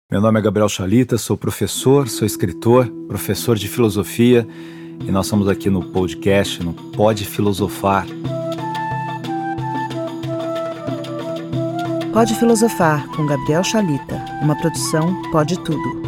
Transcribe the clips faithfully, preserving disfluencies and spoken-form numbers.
Meu nome é Gabriel Chalita, sou professor, sou escritor, professor de filosofia e nós estamos aqui no podcast, no Pode Filosofar. Pode Filosofar, com Gabriel Chalita, uma produção Pode Tudo.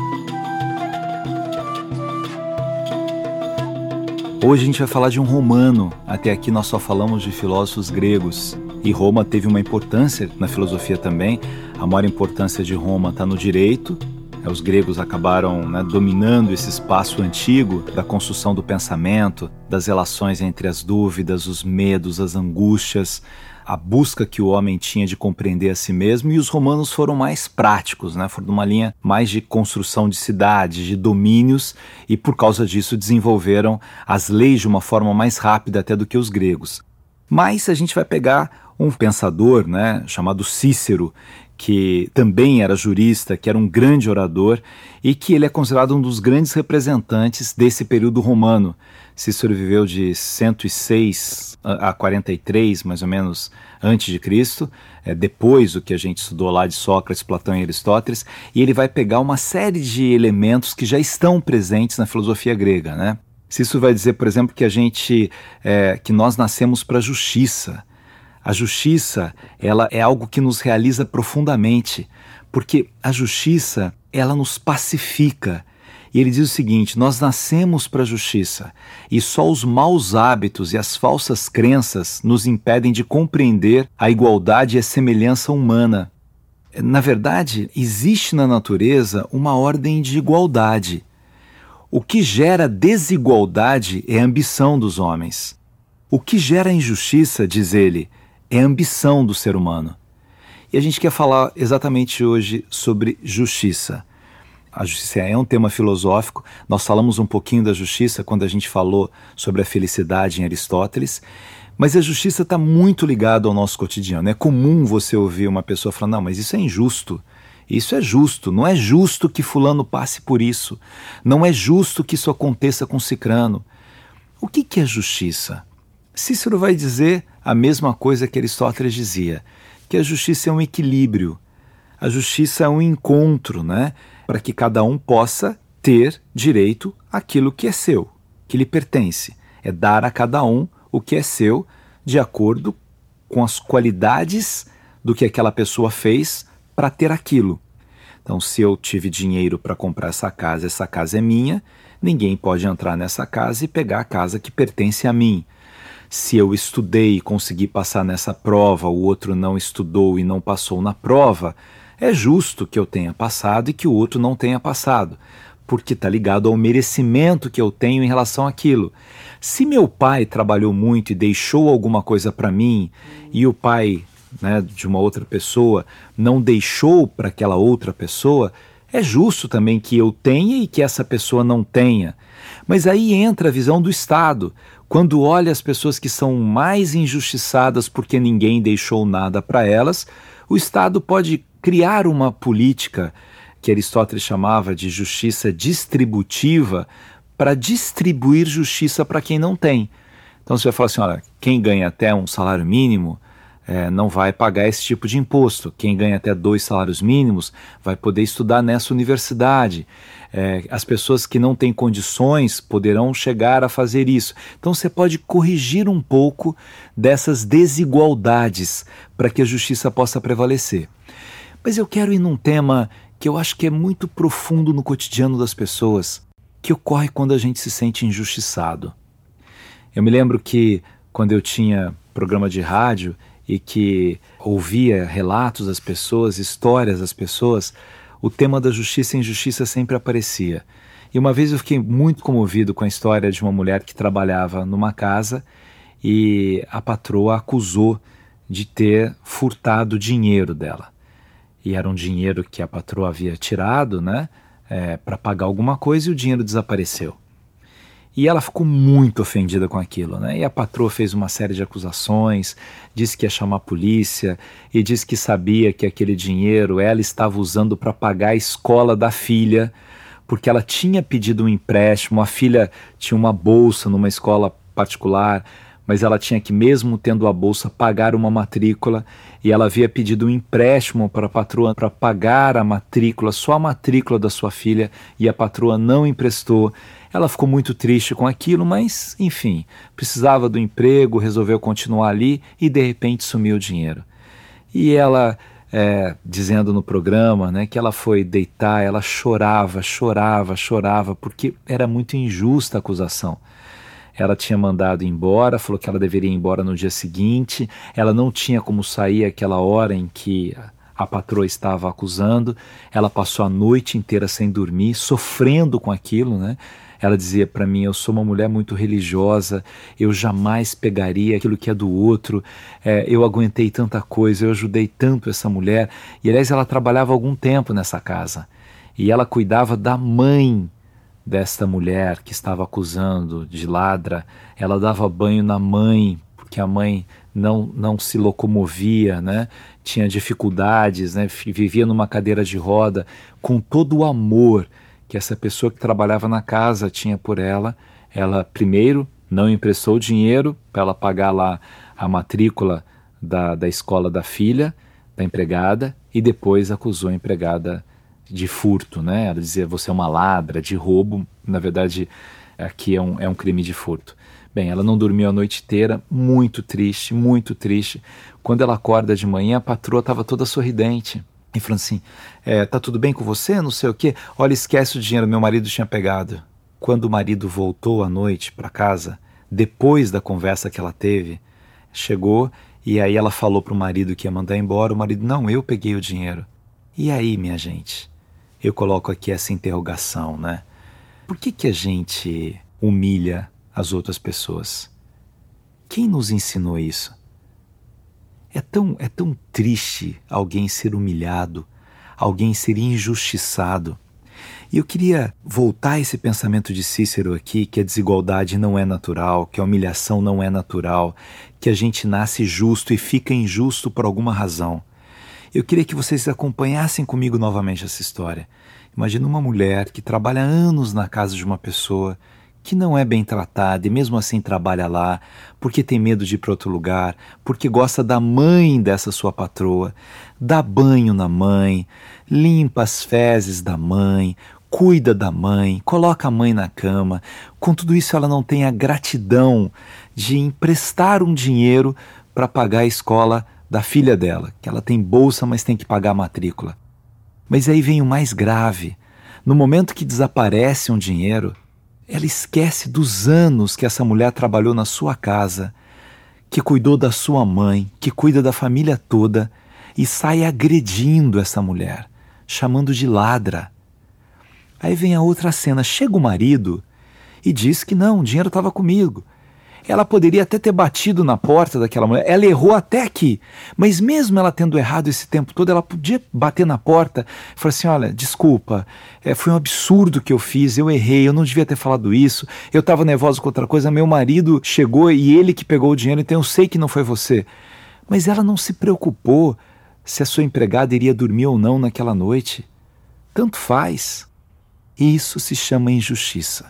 Hoje a gente vai falar de um romano. Até aqui nós só falamos de filósofos gregos. E Roma teve uma importância na filosofia também. A maior importância de Roma está no direito. Os gregos acabaram né, dominando esse espaço antigo da construção do pensamento, das relações entre as dúvidas, os medos, as angústias, a busca que o homem tinha de compreender a si mesmo. E os romanos foram mais práticos, né? Foram numa linha mais de construção de cidades, de domínios, e por causa disso desenvolveram as leis de uma forma mais rápida até do que os gregos. Mas a gente vai pegar um pensador né, chamado Cícero, que também era jurista, que era um grande orador e que ele é considerado um dos grandes representantes desse período romano. Cícero viveu de cento e seis a quarenta e três, mais ou menos, antes de Cristo, é, depois do que a gente estudou lá de Sócrates, Platão e Aristóteles, e ele vai pegar uma série de elementos que já estão presentes na filosofia grega, né? Cícero vai dizer, por exemplo, que a gente, é, que nós nascemos para a justiça. A justiça, ela é algo que nos realiza profundamente, porque a justiça, ela nos pacifica. E ele diz o seguinte: nós nascemos para a justiça e só os maus hábitos e as falsas crenças nos impedem de compreender a igualdade e a semelhança humana. Na verdade, existe na natureza uma ordem de igualdade. O que gera desigualdade é a ambição dos homens. O que gera injustiça, diz ele, é a ambição do ser humano. E a gente quer falar exatamente hoje sobre justiça. A justiça é um tema filosófico. Nós falamos um pouquinho da justiça quando a gente falou sobre a felicidade em Aristóteles, mas a justiça está muito ligada ao nosso cotidiano. É comum você ouvir uma pessoa falar, não, mas isso é injusto. Isso é justo. Não é justo que fulano passe por isso. Não é justo que isso aconteça com cicrano. O que, que é justiça? Cícero vai dizer a mesma coisa que Aristóteles dizia, que a justiça é um equilíbrio, a justiça é um encontro, né, para que cada um possa ter direito àquilo que é seu, que lhe pertence. É dar a cada um o que é seu de acordo com as qualidades do que aquela pessoa fez para ter aquilo. Então, se eu tive dinheiro para comprar essa casa, essa casa é minha, ninguém pode entrar nessa casa e pegar a casa que pertence a mim. Se eu estudei e consegui passar nessa prova, o outro não estudou e não passou na prova, é justo que eu tenha passado e que o outro não tenha passado, porque está ligado ao merecimento que eu tenho em relação àquilo. Se meu pai trabalhou muito e deixou alguma coisa para mim, e o pai né, de uma outra pessoa não deixou para aquela outra pessoa, é justo também que eu tenha e que essa pessoa não tenha. Mas aí entra a visão do Estado. Quando olha as pessoas que são mais injustiçadas porque ninguém deixou nada para elas, o Estado pode criar uma política que Aristóteles chamava de justiça distributiva para distribuir justiça para quem não tem. Então você vai falar assim, olha, quem ganha até um salário mínimo é, não vai pagar esse tipo de imposto. Quem ganha até dois salários mínimos vai poder estudar nessa universidade. É, as pessoas que não têm condições poderão chegar a fazer isso. Então você pode corrigir um pouco dessas desigualdades para que a justiça possa prevalecer. Mas eu quero ir num tema que eu acho que é muito profundo no cotidiano das pessoas, que ocorre quando a gente se sente injustiçado. Eu me lembro que quando eu tinha programa de rádio e que ouvia relatos das pessoas, histórias das pessoas, o tema da justiça e injustiça sempre aparecia. E uma vez eu fiquei muito comovido com a história de uma mulher que trabalhava numa casa e a patroa acusou de ter furtado dinheiro dela. E era um dinheiro que a patroa havia tirado, né, é, para pagar alguma coisa, e o dinheiro desapareceu. E ela ficou muito ofendida com aquilo, né? E a patroa fez uma série de acusações, disse que ia chamar a polícia e disse que sabia que aquele dinheiro ela estava usando para pagar a escola da filha, porque ela tinha pedido um empréstimo, a filha tinha uma bolsa numa escola particular, mas ela tinha que, mesmo tendo a bolsa, pagar uma matrícula, e ela havia pedido um empréstimo para a patroa para pagar a matrícula, só a matrícula da sua filha, e a patroa não emprestou. Ela ficou muito triste com aquilo, mas, enfim, precisava do emprego, resolveu continuar ali e, de repente, sumiu o dinheiro. E ela, é, dizendo no programa, né, que ela foi deitar, ela chorava, chorava, chorava, porque era muito injusta a acusação. Ela tinha mandado embora, falou que ela deveria ir embora no dia seguinte, ela não tinha como sair aquela hora em que a patroa estava acusando, ela passou a noite inteira sem dormir, sofrendo com aquilo, né? Ela dizia para mim, eu sou uma mulher muito religiosa, eu jamais pegaria aquilo que é do outro, é, eu aguentei tanta coisa, eu ajudei tanto essa mulher. E aliás, ela trabalhava algum tempo nessa casa, e ela cuidava da mãe desta mulher que estava acusando de ladra. Ela dava banho na mãe, porque a mãe não, não se locomovia, né? Tinha dificuldades, né? Vivia numa cadeira de roda, com todo o amor que essa pessoa que trabalhava na casa tinha por ela. Ela primeiro não emprestou dinheiro para ela pagar lá a matrícula da, da escola da filha, da empregada, e depois acusou a empregada de furto, né? Ela dizia, você é uma ladra, de roubo. Na verdade, aqui é um, é um crime de furto. Bem, ela não dormiu a noite inteira, muito triste, muito triste. Quando ela acorda de manhã, a patroa estava toda sorridente. E falando assim, é, tá tudo bem com você? Não sei o quê. Olha, esquece o dinheiro, meu marido tinha pegado. Quando o marido voltou à noite para casa, depois da conversa que ela teve, chegou e aí ela falou para o marido que ia mandar embora. O marido, não, eu peguei o dinheiro. E aí, minha gente? Eu coloco aqui essa interrogação, né? Por que que a gente humilha as outras pessoas? Quem nos ensinou isso? É tão, é tão triste alguém ser humilhado, alguém ser injustiçado. E eu queria voltar a esse pensamento de Cícero aqui, que a desigualdade não é natural, que a humilhação não é natural, que a gente nasce justo e fica injusto por alguma razão. Eu queria que vocês acompanhassem comigo novamente essa história. Imagina uma mulher que trabalha anos na casa de uma pessoa que não é bem tratada e mesmo assim trabalha lá porque tem medo de ir para outro lugar, porque gosta da mãe dessa sua patroa, dá banho na mãe, limpa as fezes da mãe, cuida da mãe, coloca a mãe na cama. Com tudo isso ela não tem a gratidão de emprestar um dinheiro para pagar a escola da filha dela, que ela tem bolsa, mas tem que pagar a matrícula. Mas aí vem o mais grave. No momento que desaparece um dinheiro, ela esquece dos anos que essa mulher trabalhou na sua casa, que cuidou da sua mãe, que cuida da família toda, e sai agredindo essa mulher, chamando de ladra. Aí vem a outra cena, chega o marido e diz que não, o dinheiro estava comigo. Ela poderia até ter batido na porta daquela mulher, ela errou até aqui, mas mesmo ela tendo errado esse tempo todo, ela podia bater na porta e falar assim, olha, desculpa, é, foi um absurdo que eu fiz, eu errei, eu não devia ter falado isso, eu estava nervosa com outra coisa, meu marido chegou e ele que pegou o dinheiro, então eu sei que não foi você. Mas ela não se preocupou se a sua empregada iria dormir ou não naquela noite. Tanto faz. Isso se chama injustiça.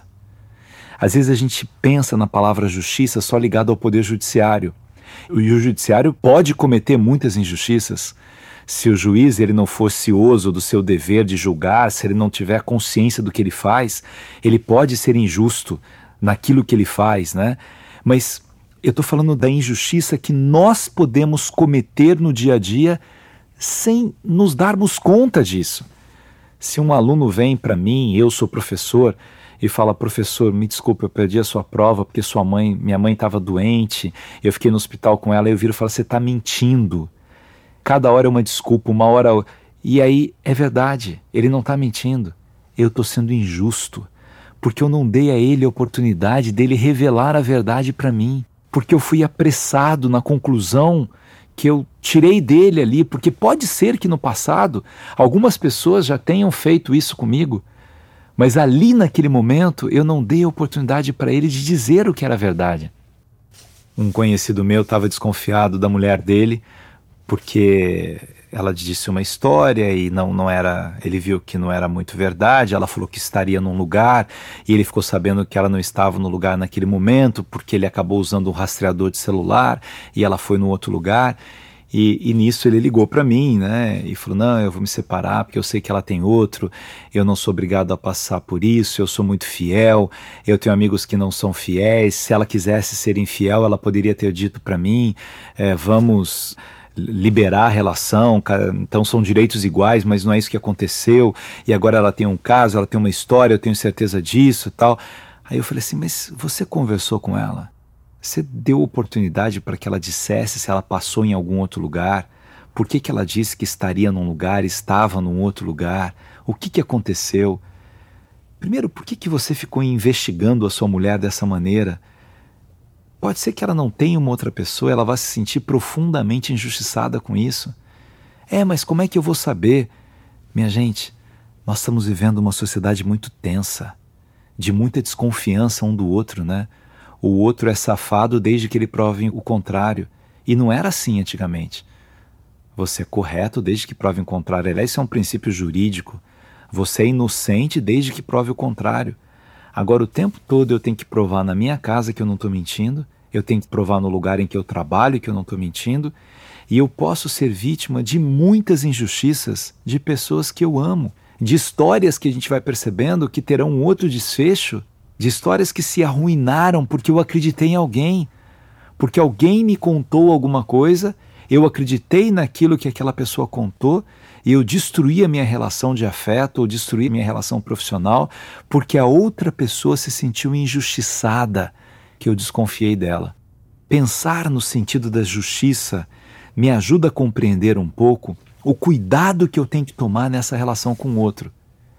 Às vezes a gente pensa na palavra justiça só ligado ao poder judiciário. E o judiciário pode cometer muitas injustiças. Se o juiz ele não for cioso do seu dever de julgar, se ele não tiver consciência do que ele faz, ele pode ser injusto naquilo que ele faz, né? Mas eu estou falando da injustiça que nós podemos cometer no dia a dia sem nos darmos conta disso. Se um aluno vem para mim, eu sou professor, e fala, professor, me desculpe, eu perdi a sua prova porque sua mãe, minha mãe estava doente, eu fiquei no hospital com ela, e eu viro e falo, você está mentindo. Cada hora é uma desculpa, uma hora... E aí, é verdade, ele não está mentindo. Eu estou sendo injusto, porque eu não dei a ele a oportunidade dele revelar a verdade para mim, porque eu fui apressado na conclusão que eu tirei dele ali, porque pode ser que no passado algumas pessoas já tenham feito isso comigo, mas ali naquele momento eu não dei a oportunidade para ele de dizer o que era verdade. Um conhecido meu estava desconfiado da mulher dele porque ela disse uma história e não, não era, ele viu que não era muito verdade. Ela falou que estaria num lugar e ele ficou sabendo que ela não estava no lugar naquele momento porque ele acabou usando um rastreador de celular e ela foi no outro lugar. E, e nisso ele ligou para mim, né, e falou, não, eu vou me separar porque eu sei que ela tem outro, eu não sou obrigado a passar por isso, eu sou muito fiel, eu tenho amigos que não são fiéis, se ela quisesse ser infiel, ela poderia ter dito para mim, é, vamos liberar a relação, então são direitos iguais, mas não é isso que aconteceu, e agora ela tem um caso, ela tem uma história, eu tenho certeza disso e tal. Aí eu falei assim, mas você conversou com ela? Você deu oportunidade para que ela dissesse se ela passou em algum outro lugar? Por que que ela disse que estaria num lugar, estava num outro lugar? O que que aconteceu? Primeiro, por que que você ficou investigando a sua mulher dessa maneira? Pode ser que ela não tenha uma outra pessoa, ela vai se sentir profundamente injustiçada com isso. É, mas como é que eu vou saber? Minha gente, nós estamos vivendo uma sociedade muito tensa, de muita desconfiança um do outro, né? O outro é safado desde que ele prove o contrário. E não era assim antigamente. Você é correto desde que prove o contrário. Aliás, isso é um princípio jurídico. Você é inocente desde que prove o contrário. Agora, o tempo todo eu tenho que provar na minha casa que eu não estou mentindo, eu tenho que provar no lugar em que eu trabalho que eu não estou mentindo, e eu posso ser vítima de muitas injustiças de pessoas que eu amo, de histórias que a gente vai percebendo que terão um outro desfecho, de histórias que se arruinaram porque eu acreditei em alguém, porque alguém me contou alguma coisa, eu acreditei naquilo que aquela pessoa contou e eu destruí a minha relação de afeto ou destruí a minha relação profissional porque a outra pessoa se sentiu injustiçada, que eu desconfiei dela. Pensar no sentido da justiça me ajuda a compreender um pouco o cuidado que eu tenho que tomar nessa relação com o outro.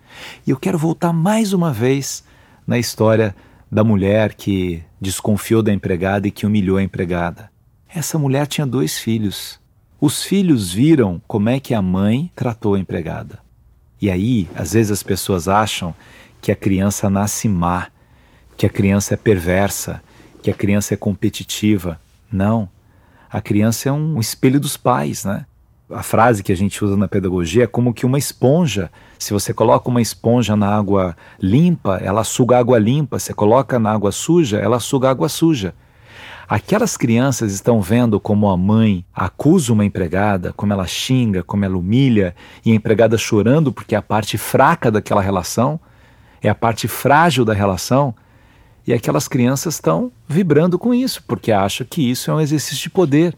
E eu quero voltar mais uma vez na história da mulher que desconfiou da empregada e que humilhou a empregada. Essa mulher tinha dois filhos. Os filhos viram como é que a mãe tratou a empregada. E aí, às vezes as pessoas acham que a criança nasce má, que a criança é perversa, que a criança é competitiva. Não. A criança é um espelho dos pais, né? A frase que a gente usa na pedagogia é como que uma esponja. Se você coloca uma esponja na água limpa, ela suga água limpa. Se coloca na água suja, ela suga água suja. Aquelas crianças estão vendo como a mãe acusa uma empregada, como ela xinga, como ela humilha, e a empregada chorando porque é a parte fraca daquela relação, é a parte frágil da relação, e aquelas crianças estão vibrando com isso, porque acham que isso é um exercício de poder.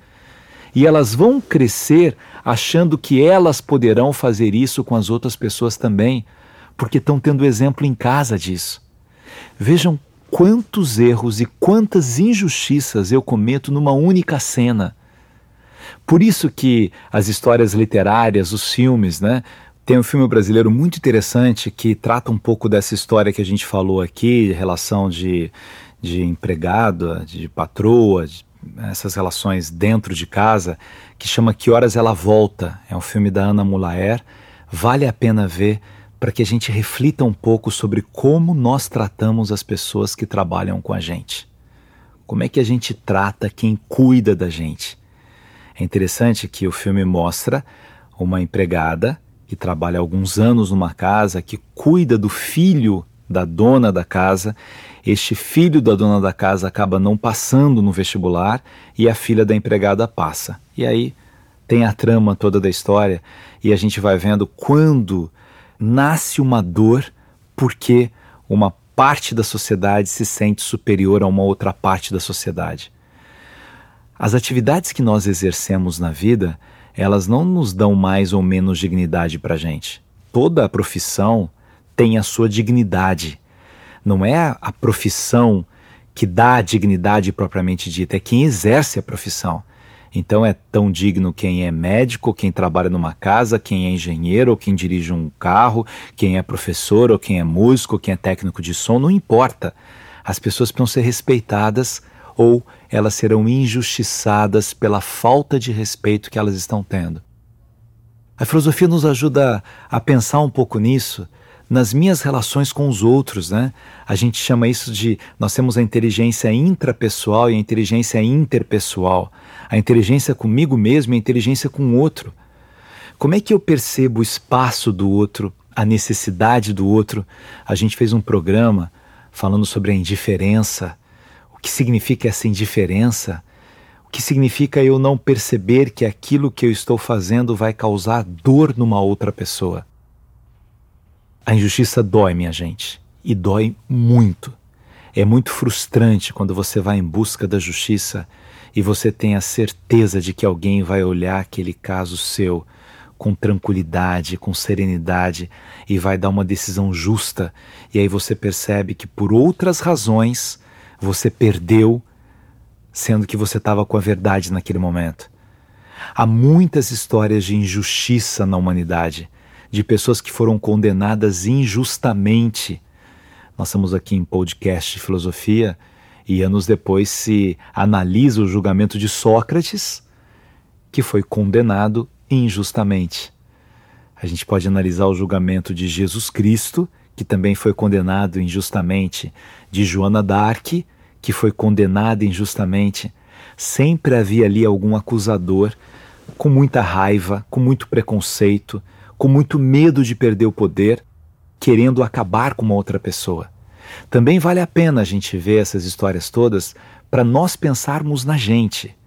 E elas vão crescer achando que elas poderão fazer isso com as outras pessoas também, porque estão tendo exemplo em casa disso. Vejam quantos erros e quantas injustiças eu cometo numa única cena. Por isso que as histórias literárias, os filmes, né? Tem um filme brasileiro muito interessante que trata um pouco dessa história que a gente falou aqui, de relação de, de empregado, de patroa, de essas relações dentro de casa, que chama Que Horas Ela Volta. É um filme da Ana Mulaer. Vale a pena ver para que a gente reflita um pouco sobre como nós tratamos as pessoas que trabalham com a gente. Como é que a gente trata quem cuida da gente. É interessante que o filme mostra uma empregada que trabalha há alguns anos numa casa, que cuida do filho da dona da casa. Este filho da dona da casa acaba não passando no vestibular e a filha da empregada passa. E aí tem a trama toda da história e a gente vai vendo quando nasce uma dor porque uma parte da sociedade se sente superior a uma outra parte da sociedade. As atividades que nós exercemos na vida, elas não nos dão mais ou menos dignidade para a gente. Toda a profissão tem a sua dignidade. Não é a profissão que dá a dignidade propriamente dita, é quem exerce a profissão. Então é tão digno quem é médico, quem trabalha numa casa, quem é engenheiro, ou quem dirige um carro, quem é professor, ou quem é músico, ou quem é técnico de som, não importa. As pessoas precisam ser respeitadas ou elas serão injustiçadas pela falta de respeito que elas estão tendo. A filosofia nos ajuda a pensar um pouco nisso, nas minhas relações com os outros, né? A gente chama isso de, nós temos a inteligência intrapessoal e a inteligência interpessoal. A inteligência comigo mesmo e a inteligência com o outro. Como é que eu percebo o espaço do outro, a necessidade do outro? A gente fez um programa falando sobre a indiferença. O que significa essa indiferença? O que significa eu não perceber que aquilo que eu estou fazendo vai causar dor numa outra pessoa? A injustiça dói, minha gente, e dói muito. É muito frustrante quando você vai em busca da justiça e você tem a certeza de que alguém vai olhar aquele caso seu com tranquilidade, com serenidade e vai dar uma decisão justa, e aí você percebe que por outras razões você perdeu, sendo que você estava com a verdade naquele momento. Há muitas histórias de injustiça na humanidade, de pessoas que foram condenadas injustamente. Nós estamos aqui em podcast de filosofia e anos depois se analisa o julgamento de Sócrates, que foi condenado injustamente. A gente pode analisar o julgamento de Jesus Cristo, que também foi condenado injustamente, de Joana d'Arc, que foi condenada injustamente. Sempre havia ali algum acusador com muita raiva, com muito preconceito, com muito medo de perder o poder, querendo acabar com uma outra pessoa. Também vale a pena a gente ver essas histórias todas para nós pensarmos na gente.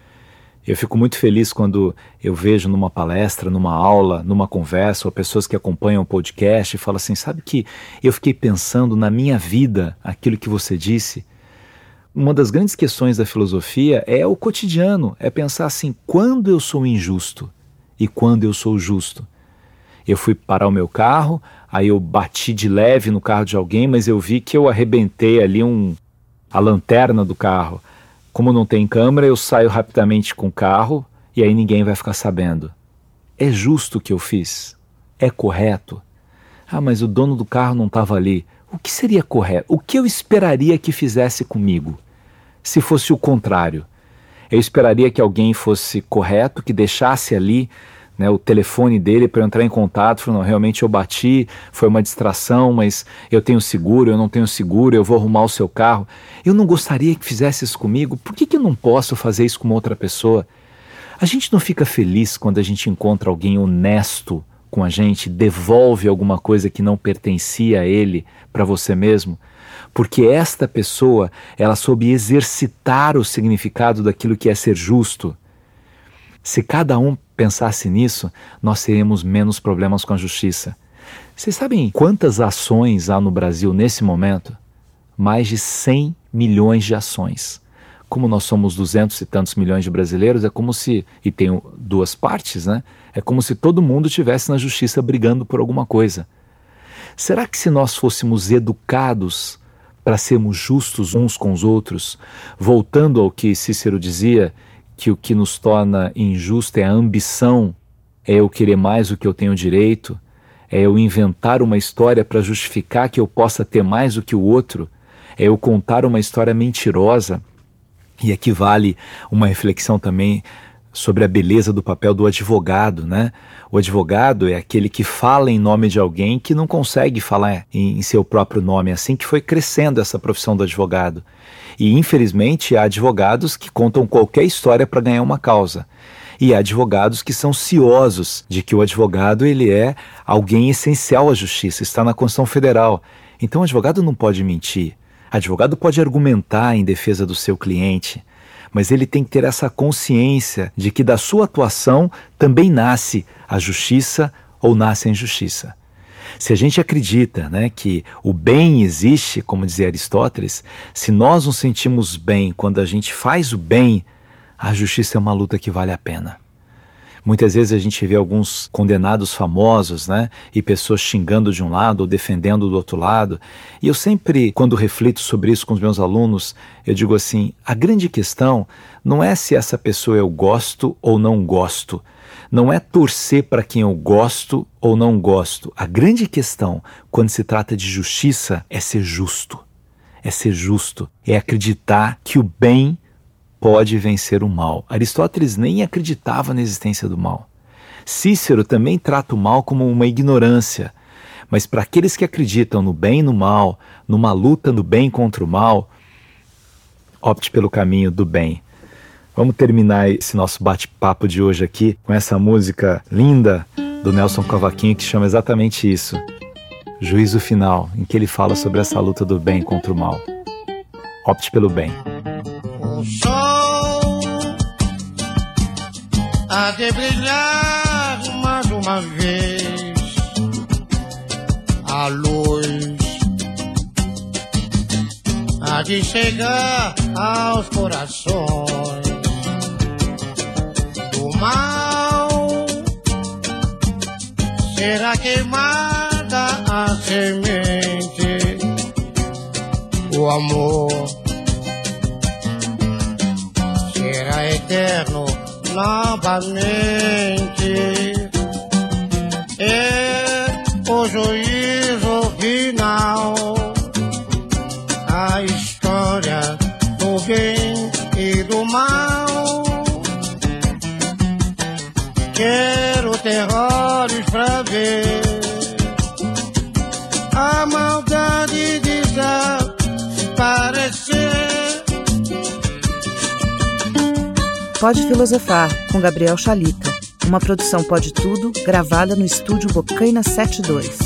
Eu fico muito feliz quando eu vejo numa palestra, numa aula, numa conversa, ou pessoas que acompanham o podcast e falam assim, sabe que eu fiquei pensando na minha vida, aquilo que você disse. Uma das grandes questões da filosofia é o cotidiano, é pensar assim, quando eu sou injusto e quando eu sou justo. Eu fui parar o meu carro, aí eu bati de leve no carro de alguém, mas eu vi que eu arrebentei ali um, a lanterna do carro. Como não tem câmera, eu saio rapidamente com o carro e aí ninguém vai ficar sabendo. É justo o que eu fiz? É correto? Ah, mas o dono do carro não estava ali. O que seria correto? O que eu esperaria que fizesse comigo? Se fosse o contrário. Eu esperaria que alguém fosse correto, que deixasse ali, né, o telefone dele para eu entrar em contato, falando, não, realmente eu bati, foi uma distração, mas eu tenho seguro, eu não tenho seguro, eu vou arrumar o seu carro. Eu não gostaria que fizesse isso comigo, por que que eu não posso fazer isso com uma outra pessoa? A gente não fica feliz quando a gente encontra alguém honesto com a gente, devolve alguma coisa que não pertencia a ele para você mesmo? Porque esta pessoa, ela soube exercitar o significado daquilo que é ser justo. Se cada um pensasse nisso, nós teríamos menos problemas com a justiça. Vocês sabem quantas ações há no Brasil nesse momento? Mais de cem milhões de ações. Como nós somos duzentos e tantos milhões de brasileiros, é como se, e tem duas partes, né? É como se todo mundo estivesse na justiça brigando por alguma coisa. Será que se nós fôssemos educados para sermos justos uns com os outros, voltando ao que Cícero dizia, que o que nos torna injusto é a ambição, é eu querer mais do que eu tenho direito, é eu inventar uma história para justificar que eu possa ter mais do que o outro, é eu contar uma história mentirosa. E aqui vale uma reflexão também sobre a beleza do papel do advogado, né? O advogado é aquele que fala em nome de alguém que não consegue falar em, em seu próprio nome, assim que foi crescendo essa profissão do advogado. E infelizmente há advogados que contam qualquer história para ganhar uma causa. E há advogados que são ciosos de que o advogado ele é alguém essencial à justiça, está na Constituição Federal. Então o advogado não pode mentir. O advogado pode argumentar em defesa do seu cliente, mas ele tem que ter essa consciência de que da sua atuação também nasce a justiça ou nasce a injustiça. Se a gente acredita, né, que o bem existe, como dizia Aristóteles, se nós nos sentimos bem quando a gente faz o bem, a justiça é uma luta que vale a pena. Muitas vezes a gente vê alguns condenados famosos, né, e pessoas xingando de um lado ou defendendo do outro lado. E eu sempre, quando reflito sobre isso com os meus alunos, eu digo assim, a grande questão não é se essa pessoa eu gosto ou não gosto. Não é torcer para quem eu gosto ou não gosto. A grande questão, quando se trata de justiça, é ser justo. É ser justo. É acreditar que o bem pode vencer o mal. Aristóteles nem acreditava na existência do mal. Cícero também trata o mal como uma ignorância. Mas para aqueles que acreditam no bem e no mal, numa luta do bem contra o mal, opte pelo caminho do bem. Vamos terminar esse nosso bate-papo de hoje aqui com essa música linda do Nelson Cavaquinho que chama exatamente isso, Juízo Final, em que ele fala sobre essa luta do bem contra o mal. Opte pelo bem. O sol há de brilhar mais uma vez, a luz há de chegar aos corações. O mal será queimada a semente, o amor será eterno novamente. É o juízo final, a história do bem e do mal. Quero terrores pra ver a maldade desaparecer. Pode Filosofar, com Gabriel Chalita. Uma produção Pode Tudo, gravada no estúdio Bocaina setenta e dois.